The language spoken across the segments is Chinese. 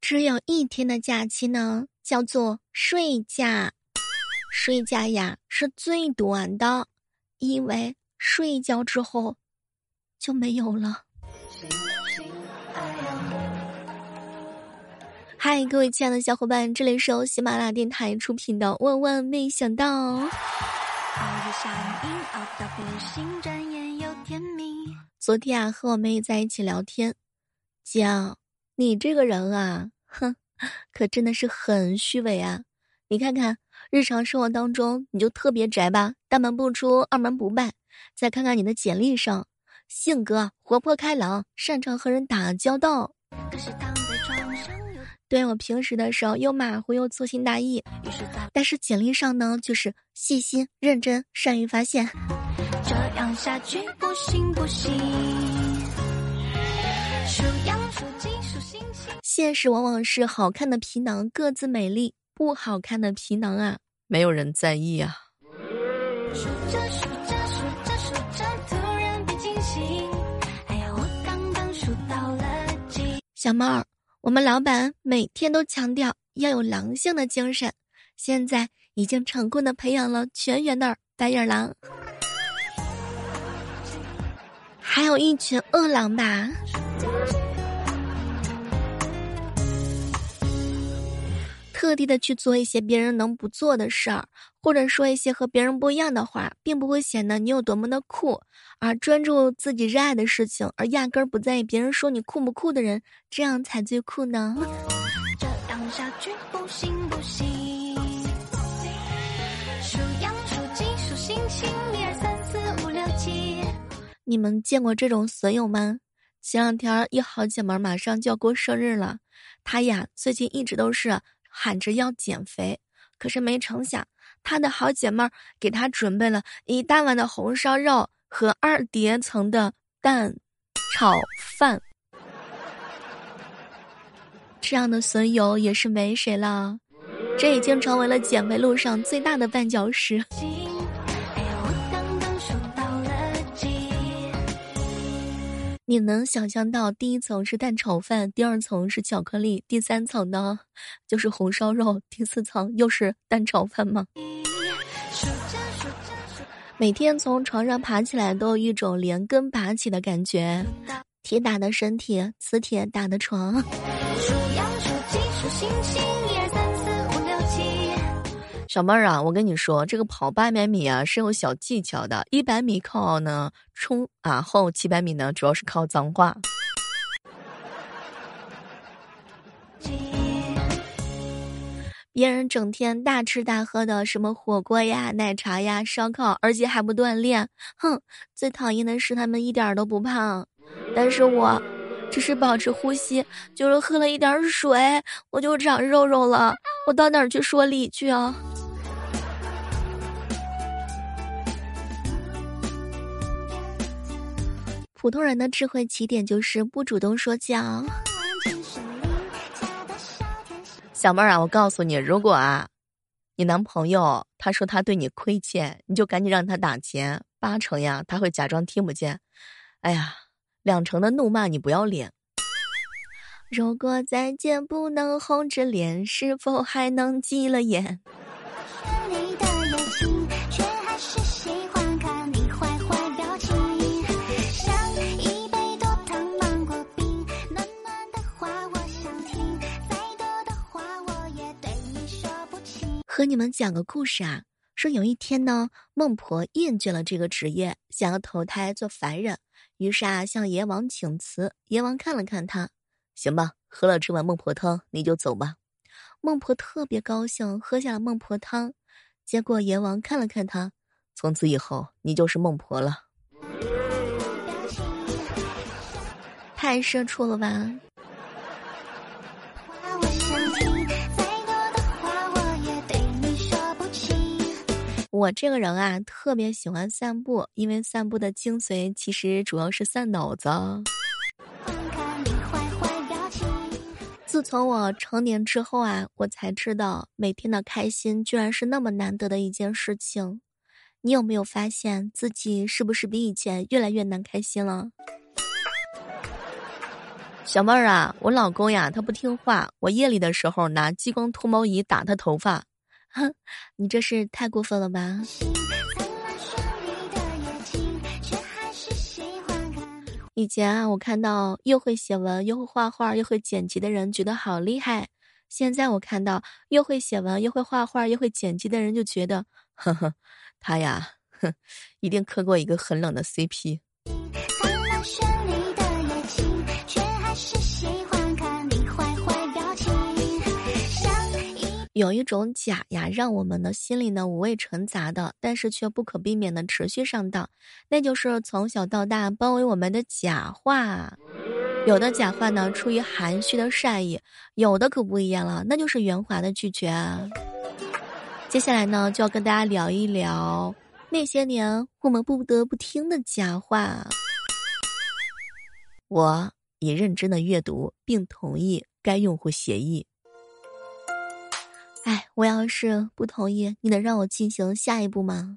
只有一天的假期呢，叫做睡假。睡假呀是最短的，因为睡一觉之后就没有了。嗨，各位亲爱的小伙伴，这里是由喜马拉雅电台出品的《万万没想到》。昨天啊，和我妹在一起聊天，讲你这个人啊，哼，可真的是很虚伪啊！你看看日常生活当中，你就特别宅吧，大门不出，二门不迈。再看看你的简历上，性格活泼开朗，擅长和人打交道。对，我平时的时候又马虎又粗心大意，但是简历上呢，就是细心认真，善于发现。这样下去不行不行。数羊数鸡数星星。现实往往是好看的皮囊各自美丽，不好看的皮囊啊，没有人在意啊。数着数着数着数着，突然被惊醒。哎呀，我刚刚数到了几。小猫儿，我们老板每天都强调要有狼性的精神，现在已经成功的培养了全员的白眼狼，还有一群饿狼吧。特地的去做一些别人能不做的事儿，或者说一些和别人不一样的话，并不会显得你有多么的酷，而专注自己热爱的事情，而压根儿不在意别人说你酷不酷的人，这样才最酷呢。这样下去不行不行。数羊数鸡数星星，1、2、3、4、5、6、7。你们见过这种损友吗？前两天一好姐妹马上就要过生日了，她呀最近一直都是喊着要减肥，可是没成想她的好姐妹给她准备了1大碗的红烧肉和2叠层的蛋炒饭。这样的损友也是没谁了，这已经成为了减肥路上最大的绊脚石。你能想象到第一层是蛋炒饭，第二层是巧克力，第三层呢就是红烧肉，第四层又是蛋炒饭吗？每天从床上爬起来都有一种连根拔起的感觉，铁打的身体，磁铁打的床。数羊数鸡数星星，1、2、3、4、5、6、7。小妹儿啊，我跟你说，这个跑800米啊是有小技巧的，100米靠呢冲啊，后700米呢主要是靠脏话。别人整天大吃大喝的，什么火锅呀、奶茶呀、烧烤，而且还不锻炼。哼，最讨厌的是他们一点都不胖，但是我只是保持呼吸，就是喝了一点水，我就长肉肉了。我到哪儿去说理去啊？普通人的智慧起点就是不主动说教。小妹儿啊，我告诉你，如果啊，你男朋友他说他对你亏欠，你就赶紧让他打钱，8成呀他会假装听不见，哎呀，2成的怒骂你不要脸。如果再见不能红着脸，是否还能急了眼？和你们讲个故事啊，说有一天呢，孟婆厌倦了这个职业，想要投胎做凡人，于是啊向阎王请辞。阎王看了看他，行吧，喝了这碗孟婆汤你就走吧。孟婆特别高兴，喝下了孟婆汤。结果阎王看了看他，从此以后你就是孟婆了。太社畜了吧。我这个人啊，特别喜欢散步，因为散步的精髓其实主要是散脑子。自从我成年之后啊，我才知道每天的开心居然是那么难得的一件事情。你有没有发现自己是不是比以前越来越难开心了？ 小妹儿啊，我老公呀，他不听话，我夜里的时候拿激光脱毛仪打他头发，哼，你这是太过分了吧？以前啊，我看到又会写文又会画画又会剪辑的人觉得好厉害，现在我看到又会写文又会画画又会剪辑的人就觉得，呵呵，他呀，哼，一定磕过一个很冷的 CP。有一种假呀，让我们的心里呢五味陈杂的，但是却不可避免的持续上当，那就是从小到大包围我们的假话。有的假话呢出于含蓄的善意，有的可不一样了，那就是圆滑的拒绝啊。接下来呢就要跟大家聊一聊那些年我们不得不听的假话。我已认真的阅读并同意该用户协议。哎，我要是不同意，你能让我进行下一步吗？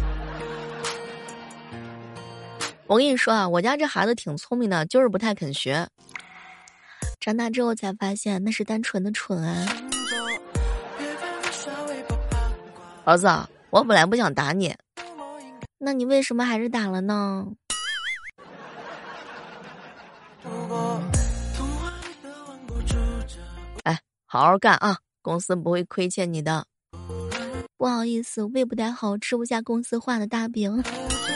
我跟你说啊，我家这孩子挺聪明的，就是不太肯学。长大之后才发现，那是单纯的蠢啊。儿子，我本来不想打你，那你为什么还是打了呢？哎，好好干啊！公司不会亏欠你的。不好意思，胃不太好，吃不下公司画的大饼。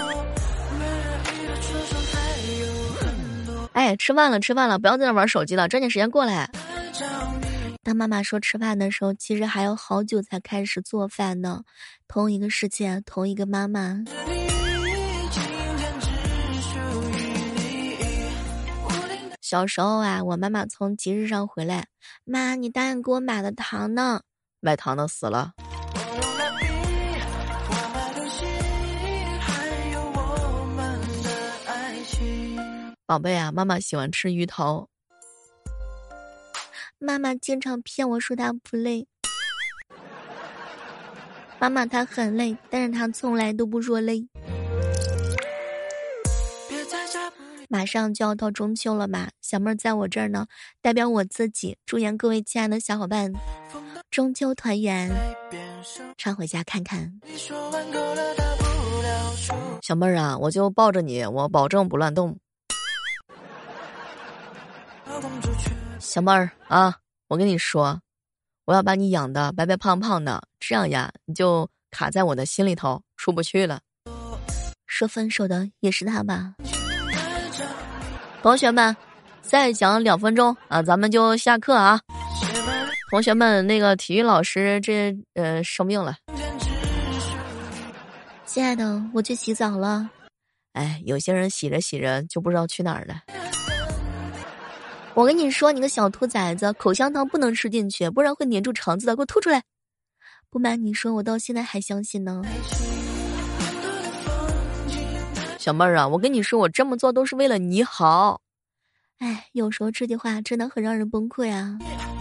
哎，吃饭了，不要在那玩手机了，抓紧时间过来。当妈妈说吃饭的时候，其实还有好久才开始做饭呢。同一个世界，同一个妈妈。小时候啊，我妈妈从集市上回来，妈，你答应给我买的糖呢？卖糖的死了。宝贝啊，妈妈喜欢吃鱼头。妈妈经常骗我说她不累。妈妈她很累，但是她从来都不说累。马上就要到中秋了嘛，小妹儿在我这儿呢，代表我自己祝愿各位亲爱的小伙伴中秋团圆，常回家看看。小妹儿啊，我就抱着你，我保证不乱动。小妹儿啊，我跟你说，我要把你养的白白胖胖的，这样呀，你就卡在我的心里头，出不去了。说分手的也是他吧？同学们，再讲2分钟啊，咱们就下课啊。同学们，那个体育老师生病了。亲爱的，我去洗澡了。哎，有些人洗着洗着就不知道去哪儿了。我跟你说，你个小兔崽子，口香糖不能吃进去，不然会粘住肠子的，给我吐出来。不瞒你说，我到现在还相信呢。小妹儿啊，我跟你说，我这么做都是为了你好。哎，有时候这句话真的很让人崩溃啊。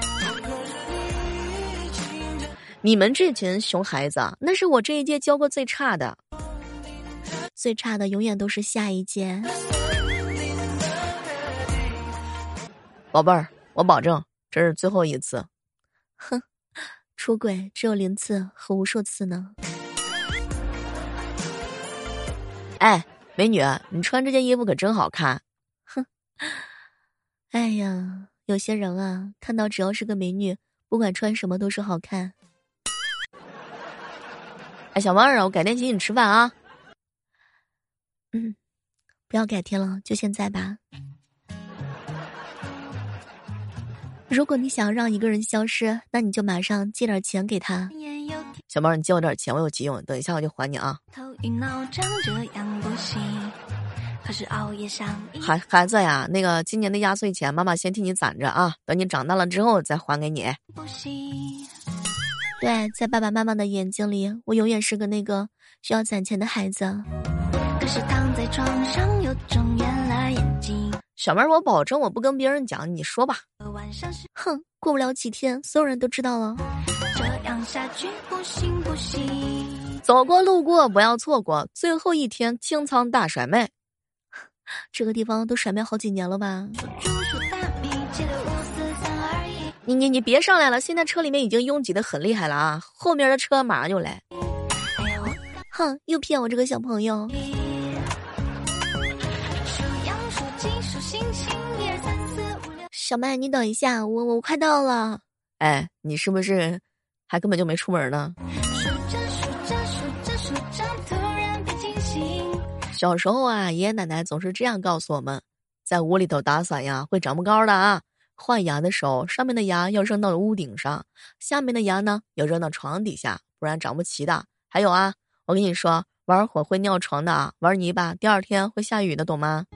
你们这群熊孩子，那是我这一届教过最差的。最差的永远都是下一届。宝贝儿，我保证这是最后一次。哼，出轨只有0次和无数次呢。哎，美女，你穿这件衣服可真好看。哼，哎呀，有些人啊，看到只要是个美女，不管穿什么都是好看。哎，小妹儿啊，我改天请你吃饭啊。不要改天了，就现在吧。如果你想让一个人消失，那你就马上借点钱给他。小妹儿，你借我点钱，我有急用，等一下我就还你啊。孩子呀，那个今年的压岁钱，妈妈先替你攒着啊，等你长大了之后再还给你。对，在爸爸妈妈的眼睛里，我永远是个那个需要攒钱的孩子。可是躺在床上又睁圆了眼睛。小妹儿，我保证我不跟别人讲，你说吧。哼，过不了几天，所有人都知道了。这样下去不行不行。走过路过不要错过，最后一天清仓大甩卖。这个地方都甩卖好几年了吧？ 你别上来了，现在车里面已经拥挤的很厉害了啊，后面的车马上就来。哼，又骗我这个小朋友。小麦，你等一下，我快到了。哎，你是不是还根本就没出门呢？小时候啊，爷爷奶奶总是这样告诉我们，在屋里头打伞呀，会长不高的啊。换牙的时候，上面的牙要扔到屋顶上，下面的牙呢要扔到床底下，不然长不齐的。还有啊，我跟你说，玩火会尿床的啊，玩泥巴第二天会下雨的，懂吗？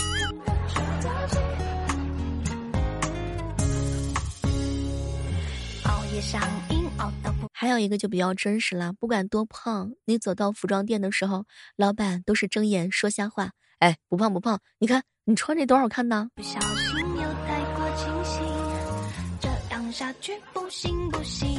还有一个就比较真实了，不管多胖，你走到服装店的时候，老板都是睁眼说瞎话。哎，不胖不胖，你看你穿这多好看呢。不小心又太过清醒，这样下去不行不行。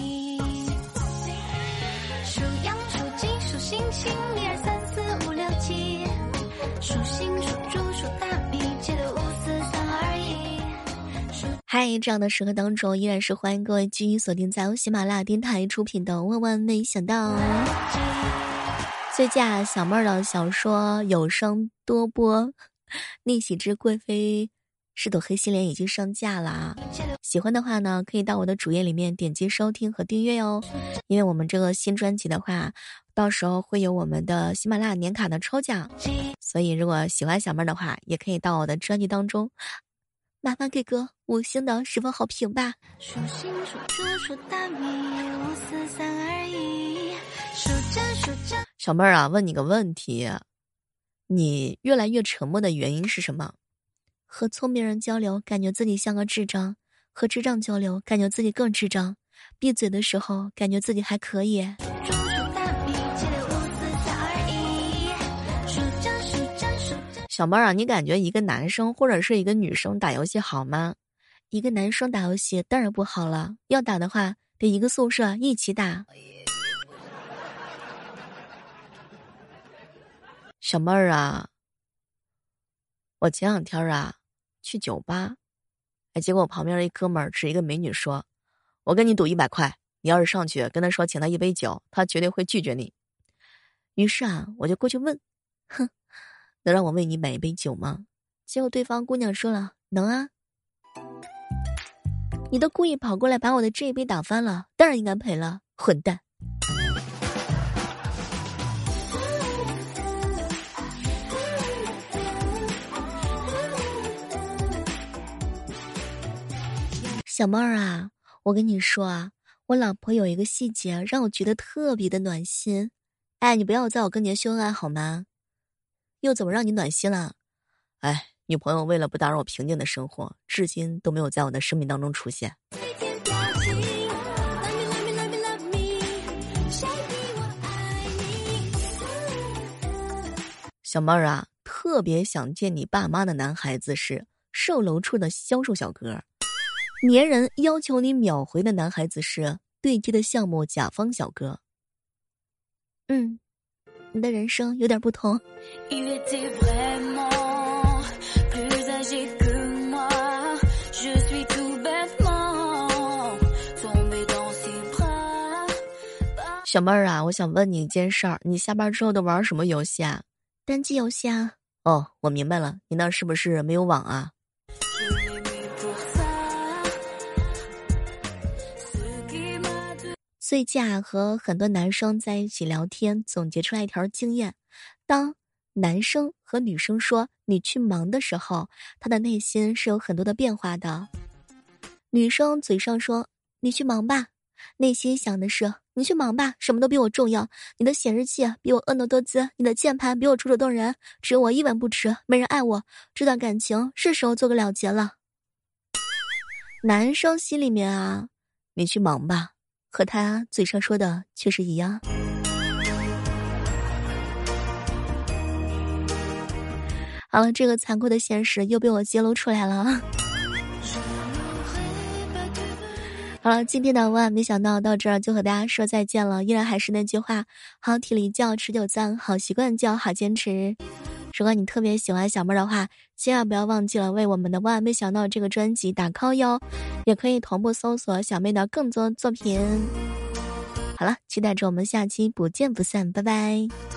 数羊数鸡数星星，1、2、3、4、5、6、7，数星数猪数大米，记得5、4、3、2、1。嗨，这样的时刻当中，依然是欢迎各位继续锁定在由喜马拉雅电台出品的《万万没想到》。最近小妹儿的小说有声多播《逆袭之贵妃是朵黑心莲》已经上架了啊！喜欢的话呢，可以到我的主页里面点击收听和订阅哦。因为我们这个新专辑的话，到时候会有我们的喜马拉雅年卡的抽奖，所以如果喜欢小妹儿的话，也可以到我的专辑当中。麻烦给个5星的10分好评吧。数星数猪数大米，5、4、3、2、1，数着数着。小妹儿啊，问你个问题，你越来越沉默的原因是什么？和聪明人交流，感觉自己像个智障；和智障交流，感觉自己更智障；闭嘴的时候，感觉自己还可以。小妹儿啊，你感觉一个男生或者是一个女生打游戏好吗？一个男生打游戏当然不好了，要打的话得一个宿舍一起打。小妹儿啊，我前2天啊去酒吧，结果我旁边的一哥们儿指一个美女说：“我跟你赌100块，你要是上去跟他说请他一杯酒，他绝对会拒绝你。”于是啊，我就过去问：“哼，能让我为你买一杯酒吗？”结果对方姑娘说了：“能啊。”你都故意跑过来把我的这一杯打翻了，当然应该赔了，混蛋。小妹儿啊，我跟你说啊，我老婆有一个细节让我觉得特别的暖心。哎，你不要在我跟前秀恩爱好吗？又怎么让你暖心了？哎，女朋友为了不打扰我平静的生活，至今都没有在我的生命当中出现。小妹儿啊，特别想见你爸妈的男孩子是售楼处的销售小哥，粘人要求你秒回的男孩子是对接的项目甲方小哥。你的人生有点不同。小妹儿啊，我想问你一件事儿，你下班之后都玩什么游戏啊？单机游戏啊。哦，我明白了，你那是不是没有网啊？最近和很多男生在一起聊天，总结出来一条经验：当男生和女生说你去忙的时候，他的内心是有很多的变化的。女生嘴上说你去忙吧，内心想的是你去忙吧，什么都比我重要，你的显示器比我婀娜多姿，你的键盘比我楚楚动人，只有我一文不值，没人爱我，这段感情是时候做个了结了。男生心里面啊，你去忙吧，和他嘴上说的却是一样。好了，这个残酷的现实又被我揭露出来了。好了，今天的万万没想到到这儿就和大家说再见了。依然还是那句话，好体力就要持久战，好习惯就要好坚持。 如果你特别喜欢小妹的话，千万不要忘记了为我们的万万没想到这个专辑打 call 哟，也可以同步搜索小妹的更多作品。好了，期待着我们下期不见不散，拜拜。